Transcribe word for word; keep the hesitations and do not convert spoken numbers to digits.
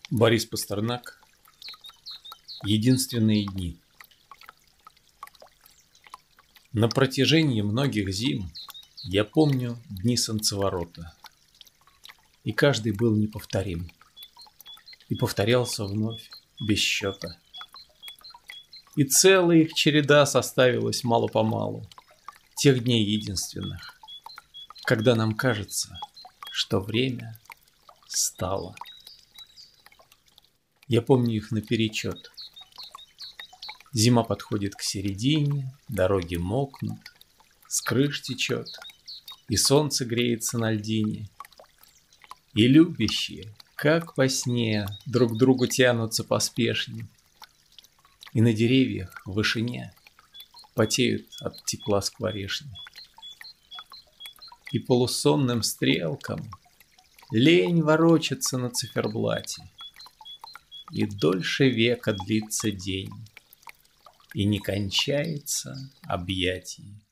Борис Пастернак. Единственные дни. На протяжении многих зим я помню дни солнцеворота, и каждый был неповторим, и повторялся вновь без счета. И целая их череда составилась мало-помалу, тех дней единственных, когда нам кажется, что время стало. Я помню их наперечет. Зима подходит к середине, дороги мокнут, с крыш течет, и солнце греется на льдине. И любящие, как во сне, друг к другу тянутся поспешней. И на деревьях в вышине потеют от тепла скворечни. И полусонным стрелкам лень ворочаться на циферблате, и дольше века длится день, и не кончается объятий.